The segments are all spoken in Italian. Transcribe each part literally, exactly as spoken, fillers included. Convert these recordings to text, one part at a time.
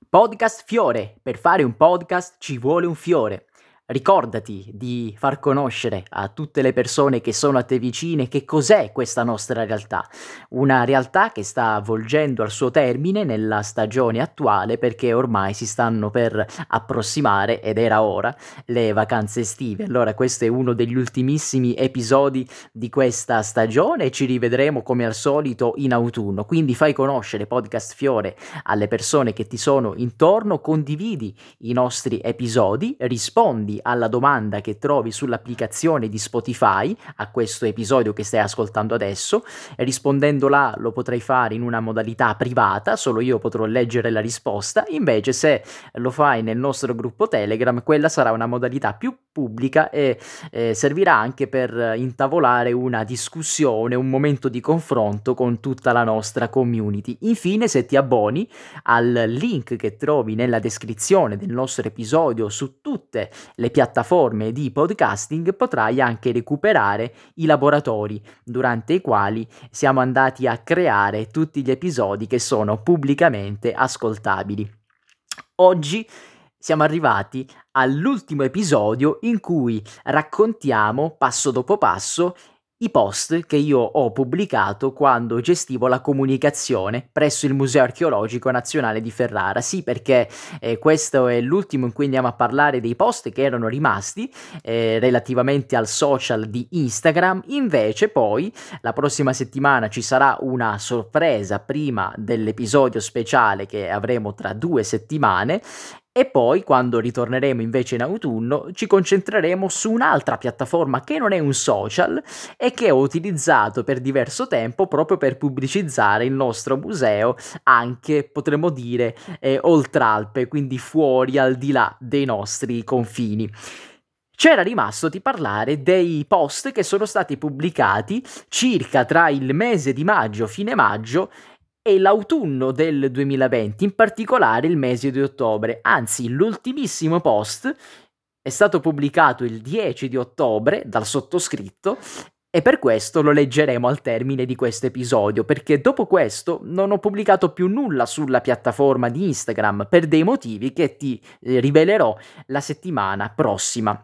Podcast Fiore. Per fare un podcast ci vuole un fiore. Ricordati di far conoscere a tutte le persone che sono a te vicine che cos'è questa nostra realtà. Una realtà che sta volgendo al suo termine nella stagione attuale perché ormai si stanno per approssimare, ed era ora, le vacanze estive. Allora questo è uno degli ultimissimi episodi di questa stagione e ci rivedremo come al solito in autunno. Quindi fai conoscere Podcast Fiore alle persone che ti sono intorno, condividi i nostri episodi, rispondi alla domanda che trovi sull'applicazione di Spotify a questo episodio che stai ascoltando adesso. Rispondendo là lo potrai fare in una modalità privata, solo io potrò leggere la risposta. Invece se lo fai nel nostro gruppo Telegram, quella sarà una modalità più pubblica e eh, servirà anche per intavolare una discussione, un momento di confronto con tutta la nostra community. Infine, se ti abboni al link che trovi nella descrizione del nostro episodio su tutte le piattaforme di podcasting, potrai anche recuperare i laboratori durante i quali siamo andati a creare tutti gli episodi che sono pubblicamente ascoltabili. Oggi siamo arrivati all'ultimo episodio in cui raccontiamo passo dopo passo i post che io ho pubblicato quando gestivo la comunicazione presso il Museo Archeologico Nazionale di Ferrara. Sì, perché eh, questo è l'ultimo in cui andiamo a parlare dei post che erano rimasti eh, relativamente al social di Instagram. Invece poi la prossima settimana ci sarà una sorpresa prima dell'episodio speciale che avremo tra due settimane. E poi, quando ritorneremo invece in autunno, ci concentreremo su un'altra piattaforma che non è un social e che ho utilizzato per diverso tempo proprio per pubblicizzare il nostro museo, anche potremmo dire eh, oltralpe, quindi fuori, al di là dei nostri confini. C'era rimasto di parlare dei post che sono stati pubblicati circa tra il mese di maggio, fine maggio, e l'autunno del duemilaventi, in particolare il mese di ottobre. Anzi, l'ultimissimo post è stato pubblicato il dieci di ottobre dal sottoscritto e per questo lo leggeremo al termine di questo episodio, perché dopo questo non ho pubblicato più nulla sulla piattaforma di Instagram per dei motivi che ti eh, rivelerò la settimana prossima.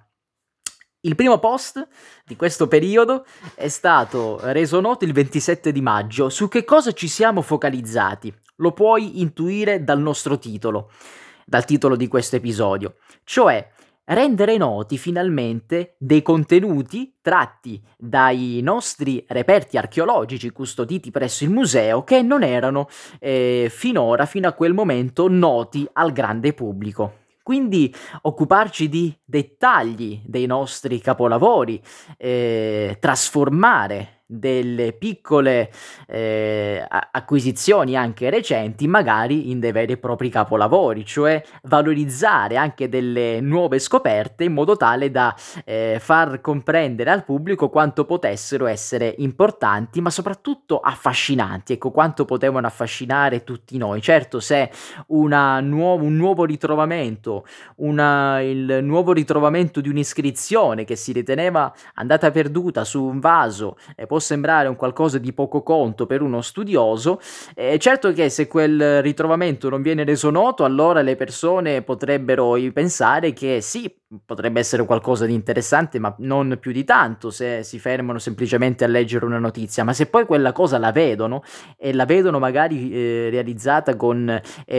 Il primo post di questo periodo è stato reso noto il ventisette di maggio. Su che cosa ci siamo focalizzati? Lo puoi intuire dal nostro titolo, dal titolo di questo episodio, cioè rendere noti finalmente dei contenuti tratti dai nostri reperti archeologici custoditi presso il museo che non erano eh, finora, fino a quel momento, noti al grande pubblico. Quindi occuparci di dettagli dei nostri capolavori, eh, trasformare delle piccole eh, acquisizioni anche recenti magari in dei veri e propri capolavori, cioè valorizzare anche delle nuove scoperte in modo tale da eh, far comprendere al pubblico quanto potessero essere importanti, ma soprattutto affascinanti, ecco, quanto potevano affascinare tutti noi. Certo, se una nuovo, un nuovo ritrovamento, una, il nuovo ritrovamento di un'iscrizione che si riteneva andata perduta su un vaso eh, può sembrare un qualcosa di poco conto per uno studioso, eh, certo che se quel ritrovamento non viene reso noto, allora le persone potrebbero pensare che sì, potrebbe essere qualcosa di interessante, ma non più di tanto se si fermano semplicemente a leggere una notizia. Ma se poi quella cosa la vedono e la vedono magari eh, realizzata con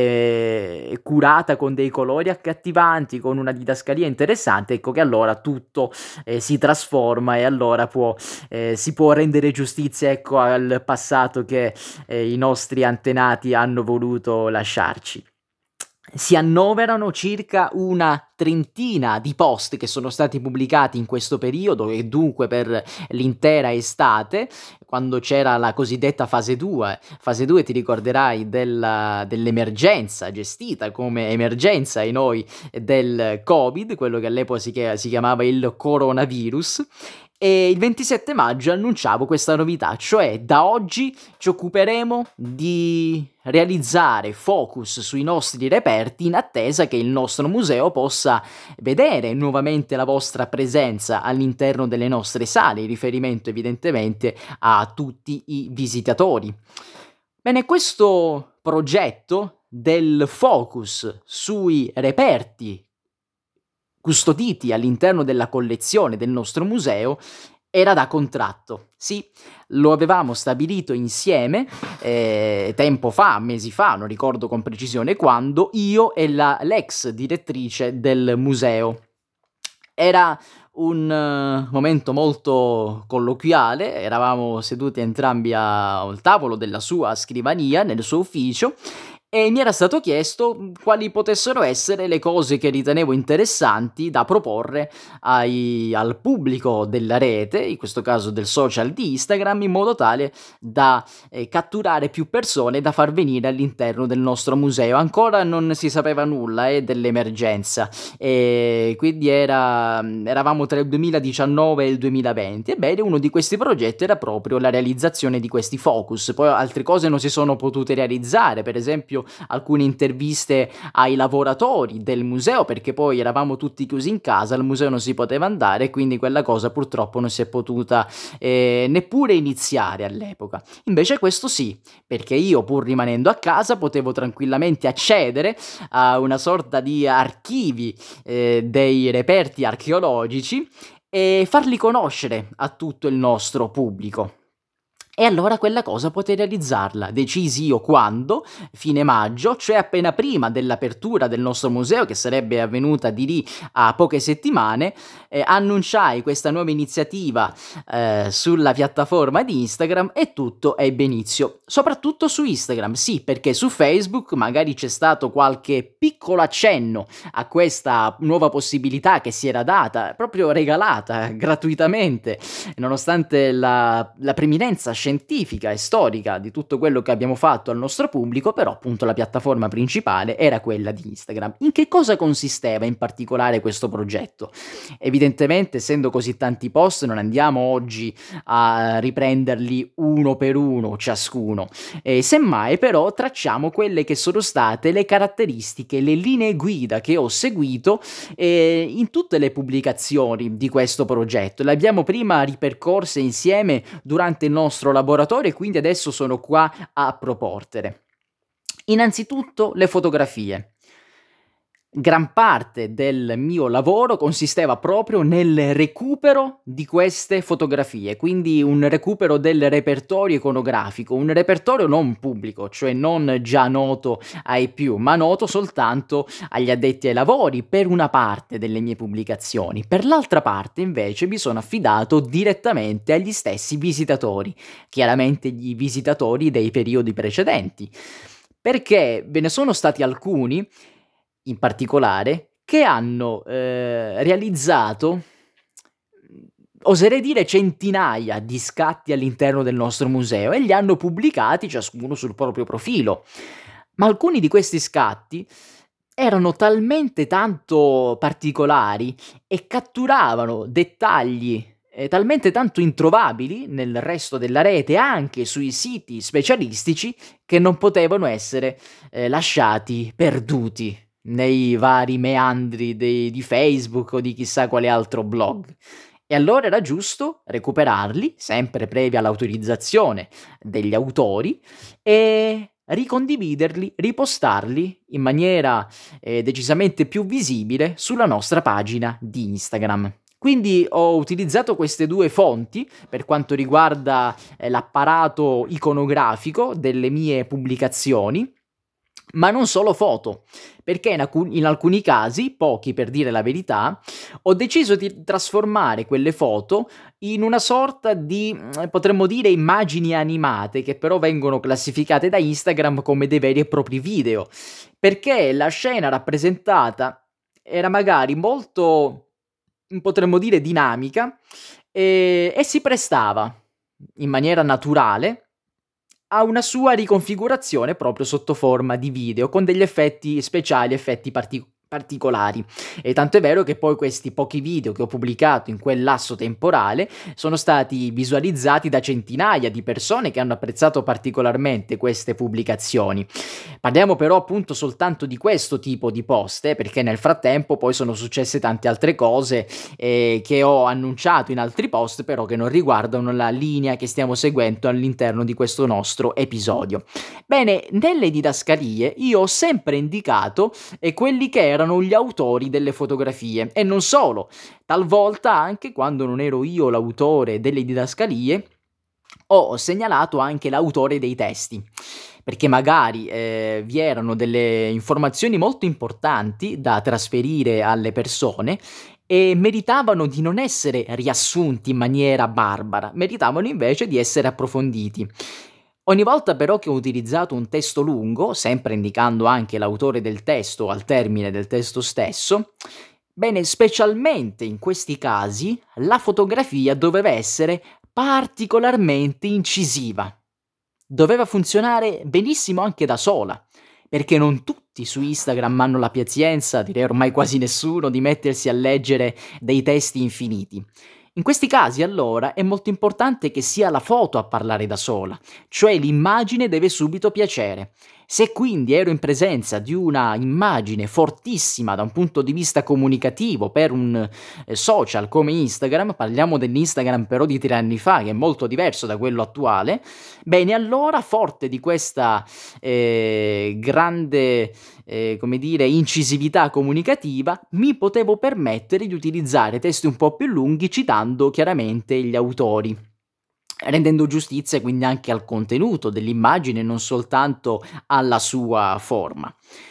eh, curata con dei colori accattivanti, con una didascalia interessante, ecco che allora tutto eh, si trasforma e allora può, eh, si può rendere giustizia, ecco, al passato che eh, i nostri antenati hanno voluto lasciarci. Si annoverano circa una trentina di post che sono stati pubblicati in questo periodo e dunque per l'intera estate, quando c'era la cosiddetta fase due. Fase due, ti ricorderai, della, dell'emergenza gestita come emergenza ai noi del Covid, quello che all'epoca si, chia- si chiamava il coronavirus. E il ventisette maggio annunciavo questa novità, cioè da oggi ci occuperemo di realizzare focus sui nostri reperti in attesa che il nostro museo possa vedere nuovamente la vostra presenza all'interno delle nostre sale, in riferimento evidentemente a tutti i visitatori. Bene, questo progetto del focus sui reperti custoditi all'interno della collezione del nostro museo era da contratto. Sì, lo avevamo stabilito insieme, ehm, tempo fa, mesi fa, non ricordo con precisione quando, io e la l'ex direttrice del museo. Era un eh, momento molto colloquiale, eravamo seduti entrambi a al tavolo della sua scrivania, nel suo ufficio, e mi era stato chiesto, mhmm, quali potessero essere le cose che ritenevo interessanti da proporre ai al pubblico della rete, in questo caso del social di Instagram, in modo tale da, ehm, catturare più persone da far venire all'interno del nostro museo. Ancora non si sapeva nulla, eh, dell'emergenza, e quindi era mhmm, eravamo tra il duemiladiciannove e il duemilaventi. Ebbene, uno di questi progetti era proprio la realizzazione di questi focus. Poi altre cose non si sono potute realizzare, per esempio alcune interviste ai lavoratori del museo, perché poi eravamo tutti chiusi in casa, al museo non si poteva andare, quindi quella cosa purtroppo non si è potuta, ehm, neppure iniziare all'epoca. Invece questo sì, perché io, pur rimanendo a casa, potevo tranquillamente accedere a una sorta di archivi, ehm, dei reperti archeologici e farli conoscere a tutto il nostro pubblico. E allora quella cosa potei realizzarla. Decisi io quando, fine maggio, cioè appena prima dell'apertura del nostro museo, che sarebbe avvenuta di lì a poche settimane, ehm, annunciai questa nuova iniziativa, ehm, sulla piattaforma di Instagram e tutto ebbe inizio. Soprattutto su Instagram, sì, perché su Facebook magari c'è stato qualche piccolo accenno a questa nuova possibilità che si era data, proprio regalata gratuitamente, nonostante la la preminenza scientifica e storica di tutto quello che abbiamo fatto al nostro pubblico, però appunto la piattaforma principale era quella di Instagram. In che cosa consisteva in particolare questo progetto? Evidentemente, essendo così tanti post, non andiamo oggi a riprenderli uno per uno ciascuno, e semmai però tracciamo quelle che sono state le caratteristiche, le linee guida che ho seguito eh, in tutte le pubblicazioni di questo progetto. Le abbiamo prima ripercorse insieme durante il nostro laboratorio e quindi adesso sono qua a proportere. Innanzitutto le fotografie. Gran parte del mio lavoro consisteva proprio nel recupero di queste fotografie, quindi un recupero del repertorio iconografico, un repertorio non pubblico, cioè non già noto ai più, ma noto soltanto agli addetti ai lavori per una parte delle mie pubblicazioni. Per l'altra parte invece mi sono affidato direttamente agli stessi visitatori, chiaramente gli visitatori dei periodi precedenti, perché ve ne sono stati alcuni in particolare, che hanno, ehm, realizzato, mhmm, oserei dire centinaia di scatti all'interno del nostro museo e li hanno pubblicati ciascuno sul proprio profilo. Ma alcuni di questi scatti erano talmente tanto particolari e catturavano dettagli, ehm, talmente tanto introvabili nel resto della rete, anche sui siti specialistici, che non potevano essere, ehm, lasciati perduti nei vari meandri dei di Facebook o di chissà quale altro blog. E allora era giusto recuperarli, sempre previa l'autorizzazione degli autori, e ricondividerli, ripostarli in maniera, ehm, decisamente più visibile sulla nostra pagina di Instagram. Quindi ho utilizzato queste due fonti per quanto riguarda, ehm, l'apparato iconografico delle mie pubblicazioni, ma non solo foto, perché in alcun in alcuni casi, pochi per dire la verità, ho deciso di trasformare quelle foto in una sorta di, mhmm, potremmo dire immagini animate, che però vengono classificate da Instagram come dei veri e propri video, perché la scena rappresentata era magari molto, mhmm, potremmo dire dinamica, ehm, e si prestava in maniera naturale ha una sua riconfigurazione proprio sotto forma di video, con degli effetti speciali, effetti parti particolari. E tanto è vero che poi questi pochi video che ho pubblicato in quel lasso temporale sono stati visualizzati da centinaia di persone che hanno apprezzato particolarmente queste pubblicazioni. Parliamo però appunto soltanto di questo tipo di post, eh, perché nel frattempo poi sono successe tante altre cose eh, che ho annunciato in altri post, però che non riguardano la linea che stiamo seguendo all'interno di questo nostro episodio. Bene, nelle didascalie io ho sempre indicato eh, quelli che erano gli autori delle fotografie e non solo, talvolta anche quando non ero io l'autore delle didascalie ho segnalato anche l'autore dei testi, perché magari eh, vi erano delle informazioni molto importanti da trasferire alle persone e meritavano di non essere riassunti in maniera barbara, meritavano invece di essere approfonditi. Ogni volta però che ho utilizzato un testo lungo, sempre indicando anche l'autore del testo al termine del testo stesso, bene, specialmente in questi casi, la fotografia doveva essere particolarmente incisiva. Doveva funzionare benissimo anche da sola, perché non tutti su Instagram hanno la pazienza, direi ormai quasi nessuno, di mettersi a leggere dei testi infiniti. In questi casi allora è molto importante che sia la foto a parlare da sola, cioè l'immagine deve subito piacere. Se quindi ero in presenza di una immagine fortissima da un punto di vista comunicativo per un eh, social come Instagram, parliamo dell'Instagram però di tre anni fa, che è molto diverso da quello attuale, bene allora forte di questa eh, grande eh, come dire, incisività comunicativa, mi potevo permettere di utilizzare testi un po' più lunghi citando chiaramente gli autori, rendendo giustizia quindi anche al contenuto dell'immagine, non soltanto alla sua forma.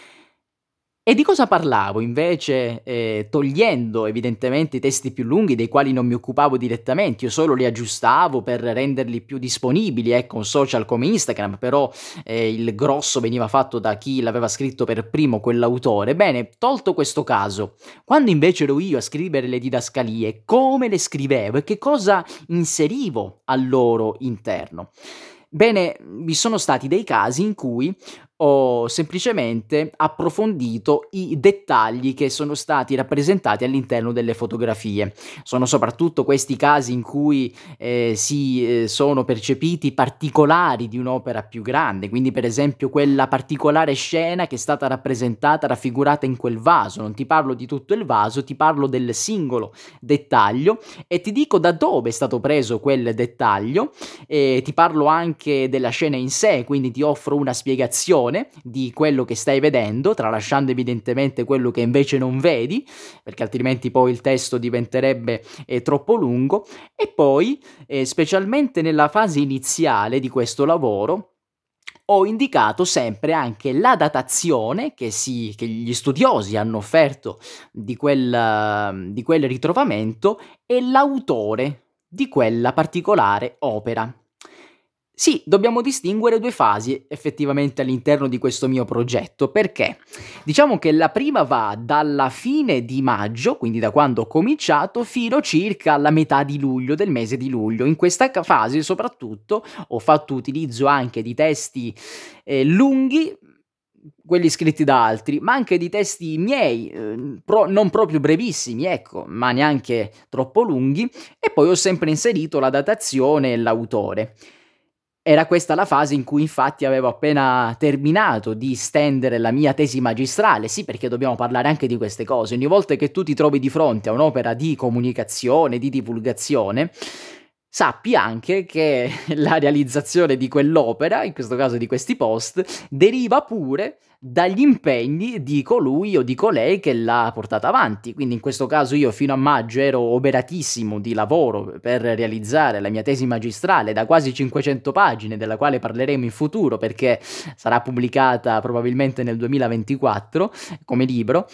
E di cosa parlavo invece, ehm, togliendo evidentemente i testi più lunghi dei quali non mi occupavo direttamente, io solo li aggiustavo per renderli più disponibili, ecco, un social come Instagram, però, ehm, il grosso veniva fatto da chi l'aveva scritto per primo quell'autore. Bene, tolto questo caso, quando invece ero io a scrivere le didascalie, come le scrivevo e che cosa inserivo al loro interno? Bene, vi sono stati dei casi in cui ho semplicemente approfondito i dettagli che sono stati rappresentati all'interno delle fotografie. Sono soprattutto questi casi in cui eh, si eh, sono percepiti particolari di un'opera più grande, quindi per esempio quella particolare scena che è stata rappresentata, raffigurata in quel vaso. Non ti parlo di tutto il vaso, ti parlo del singolo dettaglio e ti dico da dove è stato preso quel dettaglio, e ti parlo anche della scena in sé, quindi ti offro una spiegazione di quello che stai vedendo, tralasciando evidentemente quello che invece non vedi, perché altrimenti poi il testo diventerebbe eh, troppo lungo. E poi, eh, specialmente nella fase iniziale di questo lavoro, ho indicato sempre anche la datazione che, si, che gli studiosi hanno offerto di quel, di quel ritrovamento e l'autore di quella particolare opera. Sì, dobbiamo distinguere due fasi effettivamente all'interno di questo mio progetto, perché diciamo che la prima va dalla fine di maggio, quindi da quando ho cominciato, fino circa alla metà di luglio, del mese di luglio. In questa ca- fase soprattutto ho fatto utilizzo anche di testi eh, lunghi, quelli scritti da altri, ma anche di testi miei, eh, pro- non proprio brevissimi, ecco, ma neanche troppo lunghi, e poi ho sempre inserito la datazione e l'autore. Era questa la fase in cui infatti avevo appena terminato di stendere la mia tesi magistrale, sì, perché dobbiamo parlare anche di queste cose. Ogni volta che tu ti trovi di fronte a un'opera di comunicazione, di divulgazione, sappi anche che la realizzazione di quell'opera, in questo caso di questi post, deriva pure dagli impegni di colui o di colei che l'ha portata avanti. Quindi in questo caso io fino a maggio ero oberatissimo di lavoro per realizzare la mia tesi magistrale da quasi cinquecento pagine, della quale parleremo in futuro perché sarà pubblicata probabilmente nel duemilaventiquattro come libro.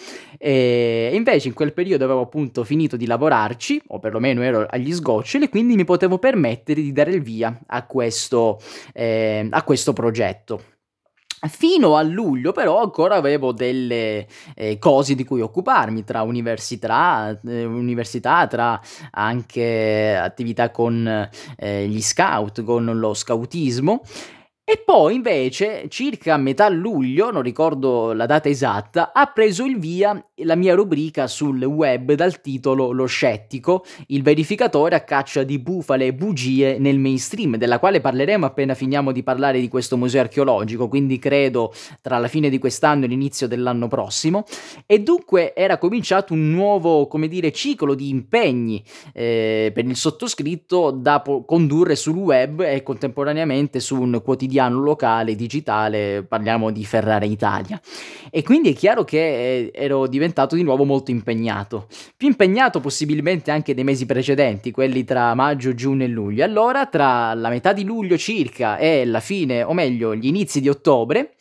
E invece in quel periodo avevo appunto finito di lavorarci, o perlomeno ero agli sgoccioli, e quindi mi potevo permettere di dare il via a questo, eh, a questo progetto. Fino a luglio però ancora avevo delle eh, cose di cui occuparmi tra università, eh, università, tra anche attività con eh, gli scout, con lo scautismo. E poi invece, circa a metà luglio, non ricordo la data esatta, ha preso il via la mia rubrica sul web dal titolo Lo Scettico, il verificatore a caccia di bufale e bugie nel mainstream, della quale parleremo appena finiamo di parlare di questo museo archeologico, quindi credo tra la fine di quest'anno e l'inizio dell'anno prossimo. E dunque era cominciato un nuovo, come dire, ciclo di impegni eh, per il sottoscritto da po- condurre sul web e contemporaneamente su un quotidiano locale digitale, parliamo di Ferrara Italia. E quindi è chiaro che eh, ero diventato di nuovo molto impegnato, più impegnato possibilmente anche dei mesi precedenti, quelli tra maggio, giugno e luglio. Allora, tra la metà di luglio circa e la fine, o meglio, gli inizi di ottobre,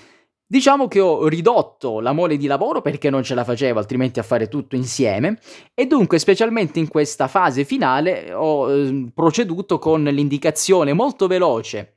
diciamo che ho ridotto la mole di lavoro perché non ce la facevo altrimenti a fare tutto insieme e dunque specialmente in questa fase finale ho eh, proceduto con l'indicazione molto veloce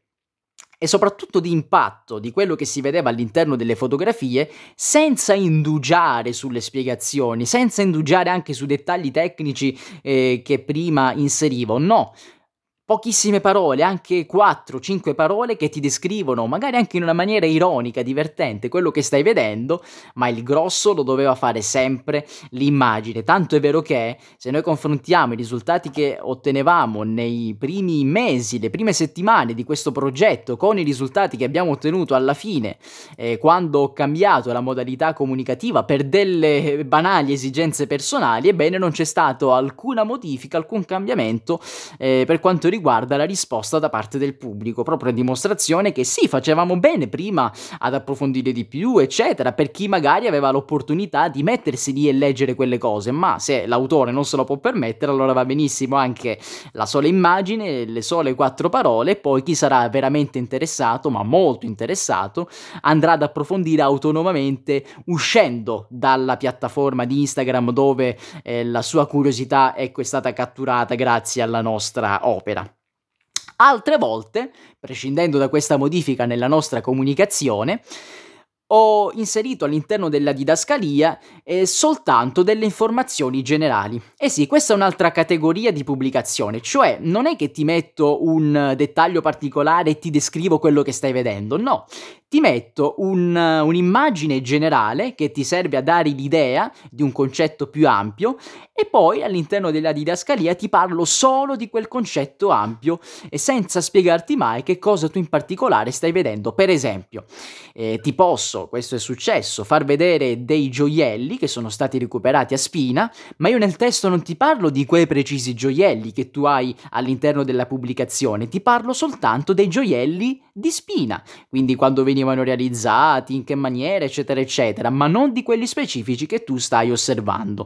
e soprattutto di impatto di quello che si vedeva all'interno delle fotografie, senza indugiare sulle spiegazioni, senza indugiare anche su dettagli tecnici eh, che prima inserivo. No, pochissime parole, anche quattro cinque parole che ti descrivono, magari anche in una maniera ironica, divertente, quello che stai vedendo, ma il grosso lo doveva fare sempre l'immagine. Tanto è vero che, se noi confrontiamo i risultati che ottenevamo nei primi mesi, le prime settimane di questo progetto, con i risultati che abbiamo ottenuto alla fine, eh, quando ho cambiato la modalità comunicativa per delle banali esigenze personali, ebbene non c'è stato alcuna modifica, alcun cambiamento eh, per quanto riguarda la risposta da parte del pubblico, proprio a dimostrazione che sì, facevamo bene prima ad approfondire di più, eccetera, per chi magari aveva l'opportunità di mettersi lì e leggere quelle cose, ma se l'autore non se lo può permettere, allora va benissimo anche la sola immagine, le sole quattro parole, e poi chi sarà veramente interessato, ma molto interessato, andrà ad approfondire autonomamente uscendo dalla piattaforma di Instagram dove eh, la sua curiosità ecco, è stata catturata grazie alla nostra opera. Altre volte, prescindendo da questa modifica nella nostra comunicazione, ho inserito all'interno della didascalia eh, soltanto delle informazioni generali. E sì, questa è un'altra categoria di pubblicazione, cioè non è che ti metto un dettaglio particolare e ti descrivo quello che stai vedendo, no, ti metto un, un'immagine generale che ti serve a dare l'idea di un concetto più ampio e poi all'interno della didascalia ti parlo solo di quel concetto ampio e senza spiegarti mai che cosa tu in particolare stai vedendo. Per esempio, eh, ti posso, questo è successo, far vedere dei gioielli che sono stati recuperati a Spina, ma io nel testo non ti parlo di quei precisi gioielli che tu hai all'interno della pubblicazione, ti parlo soltanto dei gioielli di Spina, quindi quando venivano realizzati, in che maniera, eccetera, eccetera, ma non di quelli specifici che tu stai osservando.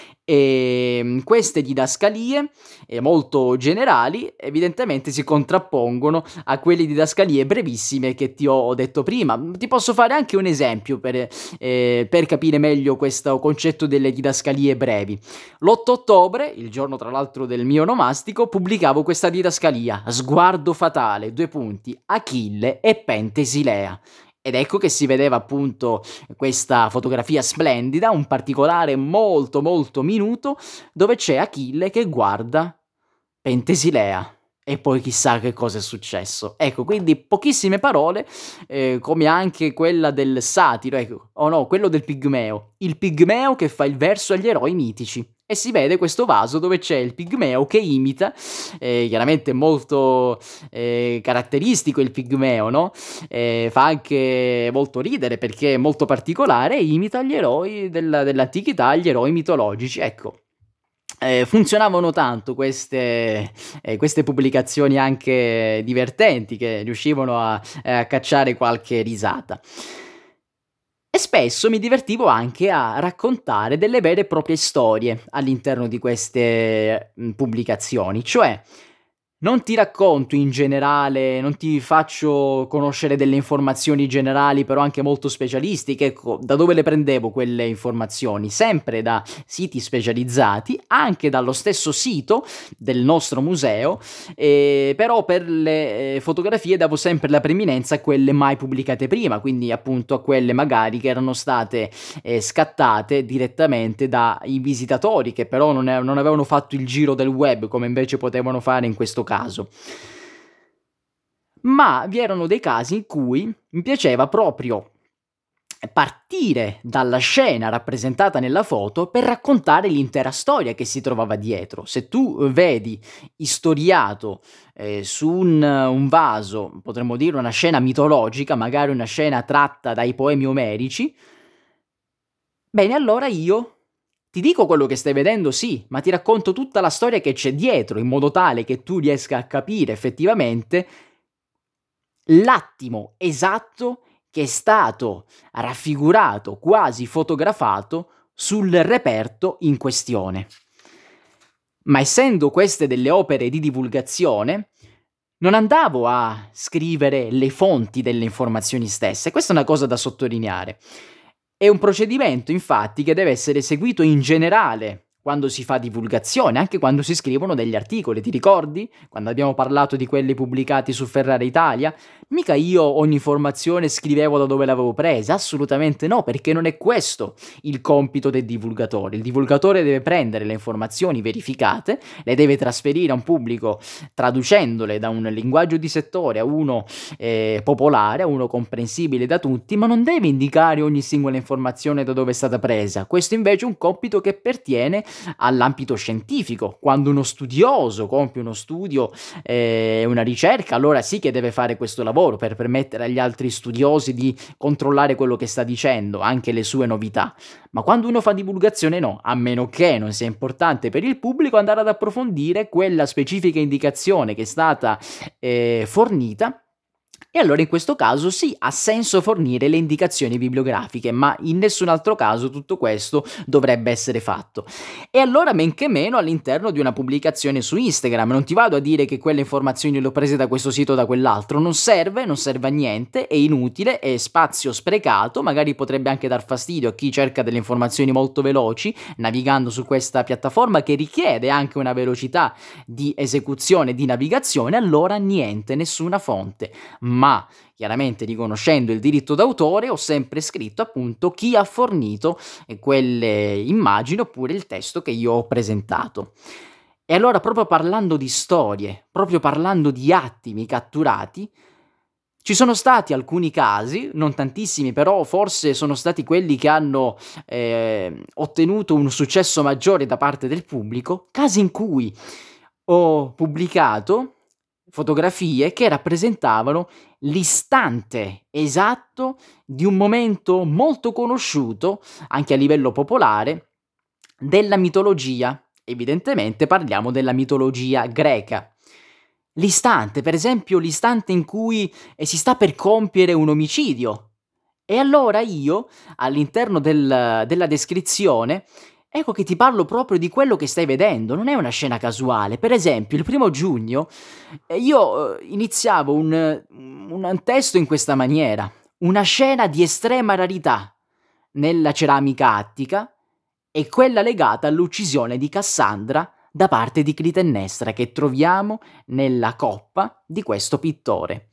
E queste didascalie, eh, molto generali, evidentemente si contrappongono a quelle didascalie brevissime che ti ho detto prima. Ti posso fare anche un esempio per, eh, per capire meglio questo concetto delle didascalie brevi. L'otto ottobre, il giorno tra l'altro del mio onomastico, pubblicavo questa didascalia: Sguardo fatale, due punti, Achille e Pentesilea. Ed ecco che si vedeva appunto questa fotografia splendida, un particolare molto molto minuto, dove c'è Achille che guarda Pentesilea. E poi chissà che cosa è successo. Ecco, quindi pochissime parole, eh, come anche quella del satiro, ecco, o no, quello del pigmeo. Il pigmeo che fa il verso agli eroi mitici. E si vede questo vaso dove c'è il pigmeo che imita, eh, chiaramente molto eh, caratteristico il pigmeo, no? Eh, fa anche molto ridere perché è molto particolare e imita gli eroi della, dell'antichità, gli eroi mitologici, ecco. Eh, funzionavano tanto queste, eh, queste pubblicazioni anche divertenti che riuscivano a, a cacciare qualche risata. E spesso mi divertivo anche a raccontare delle vere e proprie storie all'interno di queste mh, pubblicazioni, cioè non ti racconto in generale, non ti faccio conoscere delle informazioni generali, però anche molto specialistiche. Ecco, da dove le prendevo quelle informazioni? Sempre da siti specializzati, anche dallo stesso sito del nostro museo, eh, però per le eh, fotografie davo sempre la preminenza a quelle mai pubblicate prima, quindi appunto a quelle magari che erano state eh, scattate direttamente dai visitatori, che però non, è- non avevano fatto il giro del web come invece potevano fare in questo caso. Ma vi erano dei casi in cui mi piaceva proprio partire dalla scena rappresentata nella foto per raccontare l'intera storia che si trovava dietro. Se tu eh, vedi istoriato eh, su un, un vaso, potremmo dire una scena mitologica, magari una scena tratta dai poemi omerici, bene, allora io ti dico quello che stai vedendo, sì, ma ti racconto tutta la storia che c'è dietro, in modo tale che tu riesca a capire effettivamente l'attimo esatto che è stato raffigurato, quasi fotografato, sul reperto in questione. Ma essendo queste delle opere di divulgazione, non andavo a scrivere le fonti delle informazioni stesse. Questa è una cosa da sottolineare. È un procedimento, infatti, che deve essere seguito in generale quando si fa divulgazione, anche quando si scrivono degli articoli. Ti ricordi? Quando abbiamo parlato di quelli pubblicati su Ferrara Italia? Mica io ogni informazione scrivevo da dove l'avevo presa, assolutamente no, perché non è questo il compito del divulgatore. Il divulgatore deve prendere le informazioni verificate, le deve trasferire a un pubblico traducendole da un linguaggio di settore a uno eh, popolare, a uno comprensibile da tutti, ma non deve indicare ogni singola informazione da dove è stata presa. Questo invece è un compito che pertiene all'ambito scientifico. Quando uno studioso compie uno studio e eh, una ricerca, allora sì che deve fare questo lavoro per permettere agli altri studiosi di controllare quello che sta dicendo, anche le sue novità. Ma quando uno fa divulgazione no, a meno che non sia importante per il pubblico andare ad approfondire quella specifica indicazione che è stata eh, fornita. E allora in questo caso sì, ha senso fornire le indicazioni bibliografiche, ma in nessun altro caso tutto questo dovrebbe essere fatto. E allora men che meno all'interno di una pubblicazione su Instagram, non ti vado a dire che quelle informazioni le ho prese da questo sito o da quell'altro, non serve, non serve a niente, è inutile, è spazio sprecato, magari potrebbe anche dar fastidio a chi cerca delle informazioni molto veloci, navigando su questa piattaforma che richiede anche una velocità di esecuzione, di navigazione, allora niente, nessuna fonte. Ma chiaramente riconoscendo il diritto d'autore ho sempre scritto appunto chi ha fornito quelle immagini oppure il testo che io ho presentato. E allora proprio parlando di storie, proprio parlando di attimi catturati, ci sono stati alcuni casi, non tantissimi, però forse sono stati quelli che hanno eh, ottenuto un successo maggiore da parte del pubblico, casi in cui ho pubblicato fotografie che rappresentavano l'istante esatto di un momento molto conosciuto, anche a livello popolare, della mitologia. Evidentemente parliamo della mitologia greca. L'istante, per esempio l'istante in cui eh, si sta per compiere un omicidio. E allora io, all'interno del della descrizione, ecco che ti parlo proprio di quello che stai vedendo, non è una scena casuale. Per esempio, il primo giugno, ehm, io, uhm, iniziavo un un testo in questa maniera: "Una scena di estrema rarità nella ceramica attica è quella legata all'uccisione di Cassandra da parte di Clitennestra che troviamo nella coppa di questo pittore.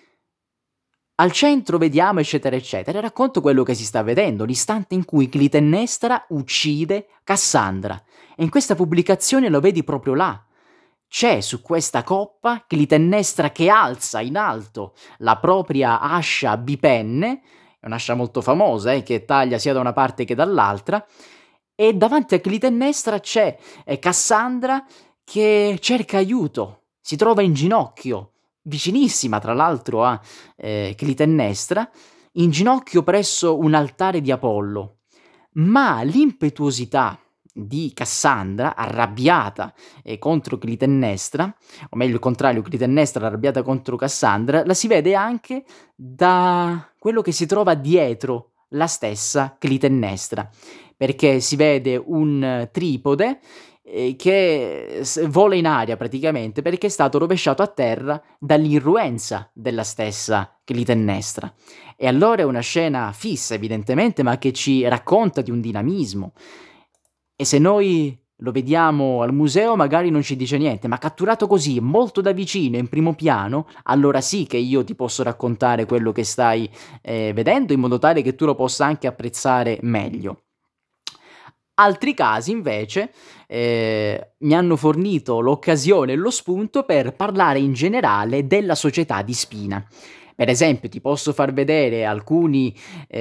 Al centro vediamo eccetera eccetera, e racconto quello che si sta vedendo, l'istante in cui Clitennestra uccide Cassandra. E in questa pubblicazione lo vedi proprio là. C'è su questa coppa Clitennestra che alza in alto la propria ascia bipenne, è un'ascia molto famosa eh, che taglia sia da una parte che dall'altra, e davanti a Clitennestra c'è eh, Cassandra che cerca aiuto, si trova in ginocchio, vicinissima tra l'altro a eh, Clitennestra, in ginocchio presso un altare di Apollo. Ma l'impetuosità di Cassandra, arrabbiata eh, contro Clitennestra, o meglio il contrario, Clitennestra arrabbiata contro Cassandra, la si vede anche da quello che si trova dietro la stessa Clitennestra, perché si vede un tripode eh, che s- vola in aria praticamente perché è stato rovesciato a terra dall'irruenza della stessa Clitennestra. E allora è una scena fissa evidentemente, ma che ci racconta di un dinamismo. E se noi lo vediamo al museo magari non ci dice niente, ma catturato così, molto da vicino, in primo piano, allora sì che io ti posso raccontare quello che stai eh, vedendo in modo tale che tu lo possa anche apprezzare meglio. Altri casi invece, ehm, mi hanno fornito l'occasione e lo spunto per parlare in generale della società di Spina. Per esempio, ti posso far vedere alcuni,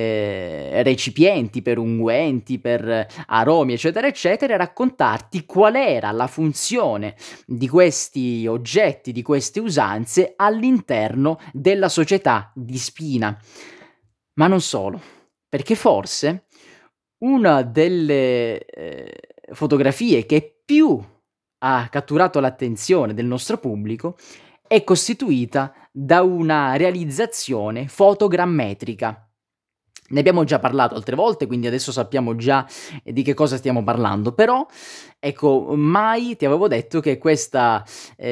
ehm, recipienti per unguenti, per aromi, eccetera, eccetera, e raccontarti qual era la funzione di questi oggetti, di queste usanze all'interno della società di Spina. Ma non solo, perché forse una delle, ehm, fotografie che più ha catturato l'attenzione del nostro pubblico è costituita da una realizzazione fotogrammetrica. Ne abbiamo già parlato altre volte, quindi adesso sappiamo già, ehm, di che cosa stiamo parlando, però ecco, mai ti avevo detto che questa,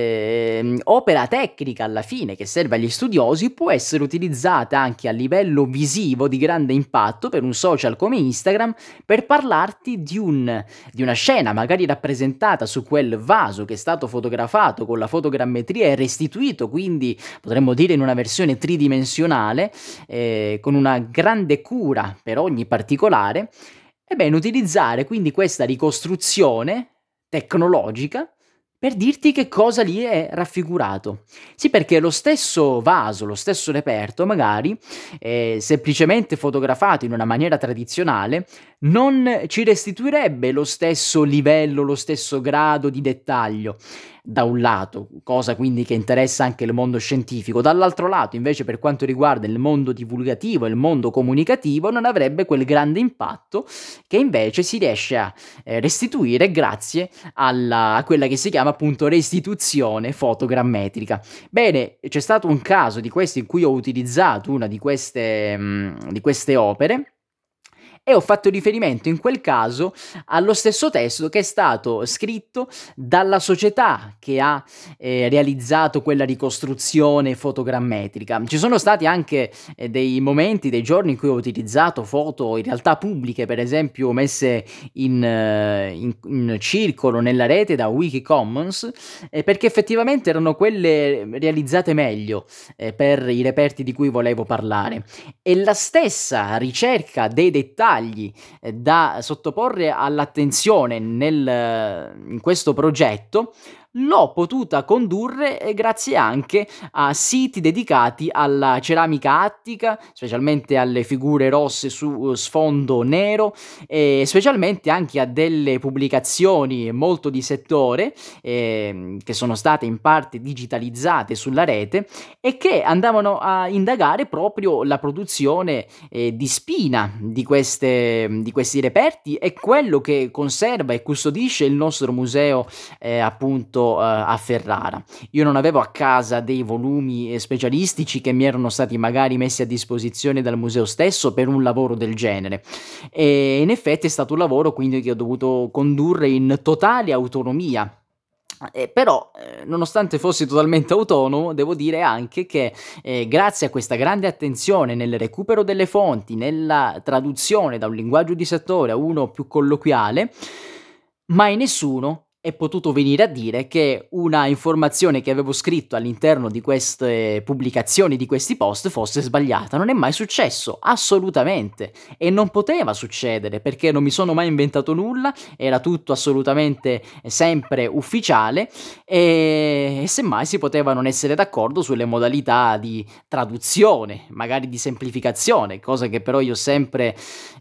ehm, opera tecnica alla fine che serve agli studiosi può essere utilizzata anche a livello visivo di grande impatto per un social come Instagram, per parlarti di un di una scena magari rappresentata su quel vaso che è stato fotografato con la fotogrammetria e restituito, quindi potremmo dire in una versione tridimensionale, ehm, con una grande cura per ogni particolare. Ebbene, utilizzare quindi questa ricostruzione tecnologica per dirti che cosa lì è raffigurato. Sì, perché lo stesso vaso, lo stesso reperto magari, ehm, semplicemente fotografato in una maniera tradizionale, non ci restituirebbe lo stesso livello, lo stesso grado di dettaglio, da un lato, cosa quindi che interessa anche il mondo scientifico. Dall'altro lato, invece, per quanto riguarda il mondo divulgativo e il mondo comunicativo, non avrebbe quel grande impatto che invece si riesce a, ehm, restituire grazie alla a quella che si chiama appunto restituzione fotogrammetrica. Bene, c'è stato un caso di questi in cui ho utilizzato una di queste mhmm, di queste opere e ho fatto riferimento in quel caso allo stesso testo che è stato scritto dalla società che ha, ehm, realizzato quella ricostruzione fotogrammetrica. Ci sono stati anche, ehm, dei momenti, dei giorni in cui ho utilizzato foto in realtà pubbliche, per esempio messe in eh, in in circolo nella rete da Wikicommons, ehm, perché effettivamente erano quelle realizzate meglio, ehm, per i reperti di cui volevo parlare. E la stessa ricerca dei dettagli, ehm, da sottoporre all'attenzione nel in questo progetto, l'ho potuta condurre, ehm, grazie anche a siti dedicati alla ceramica attica, specialmente alle figure rosse su uh, sfondo nero, e specialmente anche a delle pubblicazioni molto di settore, ehm, che sono state in parte digitalizzate sulla rete e che andavano a indagare proprio la produzione, ehm, di spina di queste di questi reperti e quello che conserva e custodisce il nostro museo, ehm, appunto, uhm, a Ferrara. Io non avevo a casa dei volumi, ehm, specialistici che mi erano stati magari messi a disposizione dal museo stesso per un lavoro del genere. E in effetti è stato un lavoro quindi che ho dovuto condurre in totale autonomia. Eh, però, ehm, nonostante fossi totalmente autonomo, devo dire anche che, ehm, grazie a questa grande attenzione nel recupero delle fonti, nella traduzione da un linguaggio di settore a uno più colloquiale, mai nessuno è potuto venire a dire che una informazione che avevo scritto all'interno di queste pubblicazioni, di questi post, fosse sbagliata. Non è mai successo, assolutamente. E non poteva succedere, perché non mi sono mai inventato nulla, era tutto assolutamente eh, sempre ufficiale e, e semmai si poteva non essere d'accordo sulle modalità di traduzione, magari di semplificazione, cosa che però io ho sempre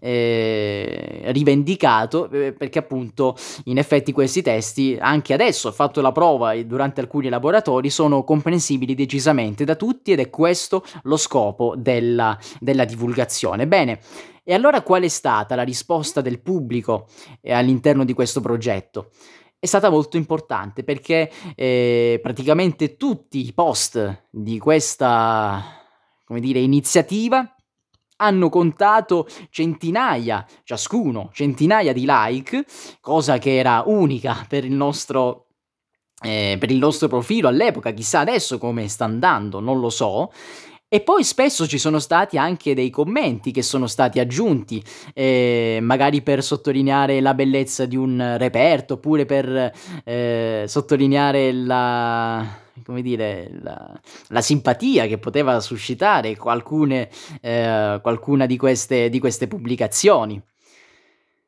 eh, rivendicato, eh, perché appunto in effetti questi testi, anche adesso ho fatto la prova e durante alcuni laboratori, sono comprensibili decisamente da tutti ed è questo lo scopo della della divulgazione. Bene, e allora qual è stata la risposta del pubblico, ehm, all'interno di questo progetto? È stata molto importante perché, ehm, praticamente tutti i post di questa, come dire, iniziativa hanno contato centinaia, ciascuno, centinaia di like, cosa che era unica per il nostro ehm, per il nostro profilo all'epoca, chissà adesso come sta andando, non lo so. E poi spesso ci sono stati anche dei commenti che sono stati aggiunti, ehm, magari per sottolineare la bellezza di un reperto, oppure per, ehm, sottolineare la come dire, la la simpatia che poteva suscitare qualcune ehm, qualcuna di queste di queste pubblicazioni.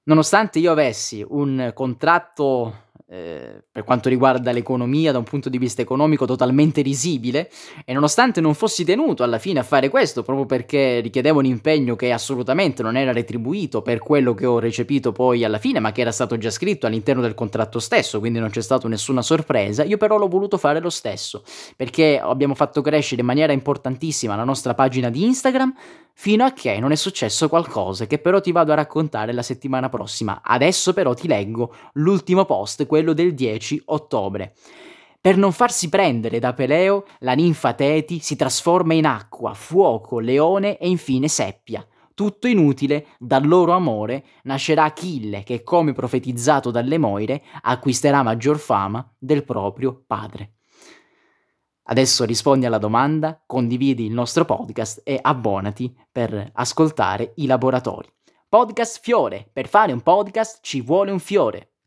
Nonostante io avessi un contratto, ehm, per quanto riguarda l'economia, da un punto di vista economico totalmente risibile, e nonostante non fossi tenuto alla fine a fare questo, proprio perché richiedeva un impegno che assolutamente non era retribuito per quello che ho recepito poi alla fine, ma che era stato già scritto all'interno del contratto stesso, quindi non c'è stato nessuna sorpresa, io però l'ho voluto fare lo stesso, perché abbiamo fatto crescere in maniera importantissima la nostra pagina di Instagram, fino a che non è successo qualcosa che però ti vado a raccontare la settimana prossima. Adesso però ti leggo l'ultimo post, quello del dieci ottobre. Per non farsi prendere da Peleo, la ninfa Teti si trasforma in acqua, fuoco, leone e infine seppia. Tutto inutile, dal loro amore nascerà Achille che, come profetizzato dalle Moire, acquisterà maggior fama del proprio padre. Adesso rispondi alla domanda, condividi il nostro podcast e abbonati per ascoltare i laboratori. Podcast Fiore. Per fare un podcast ci vuole un fiore.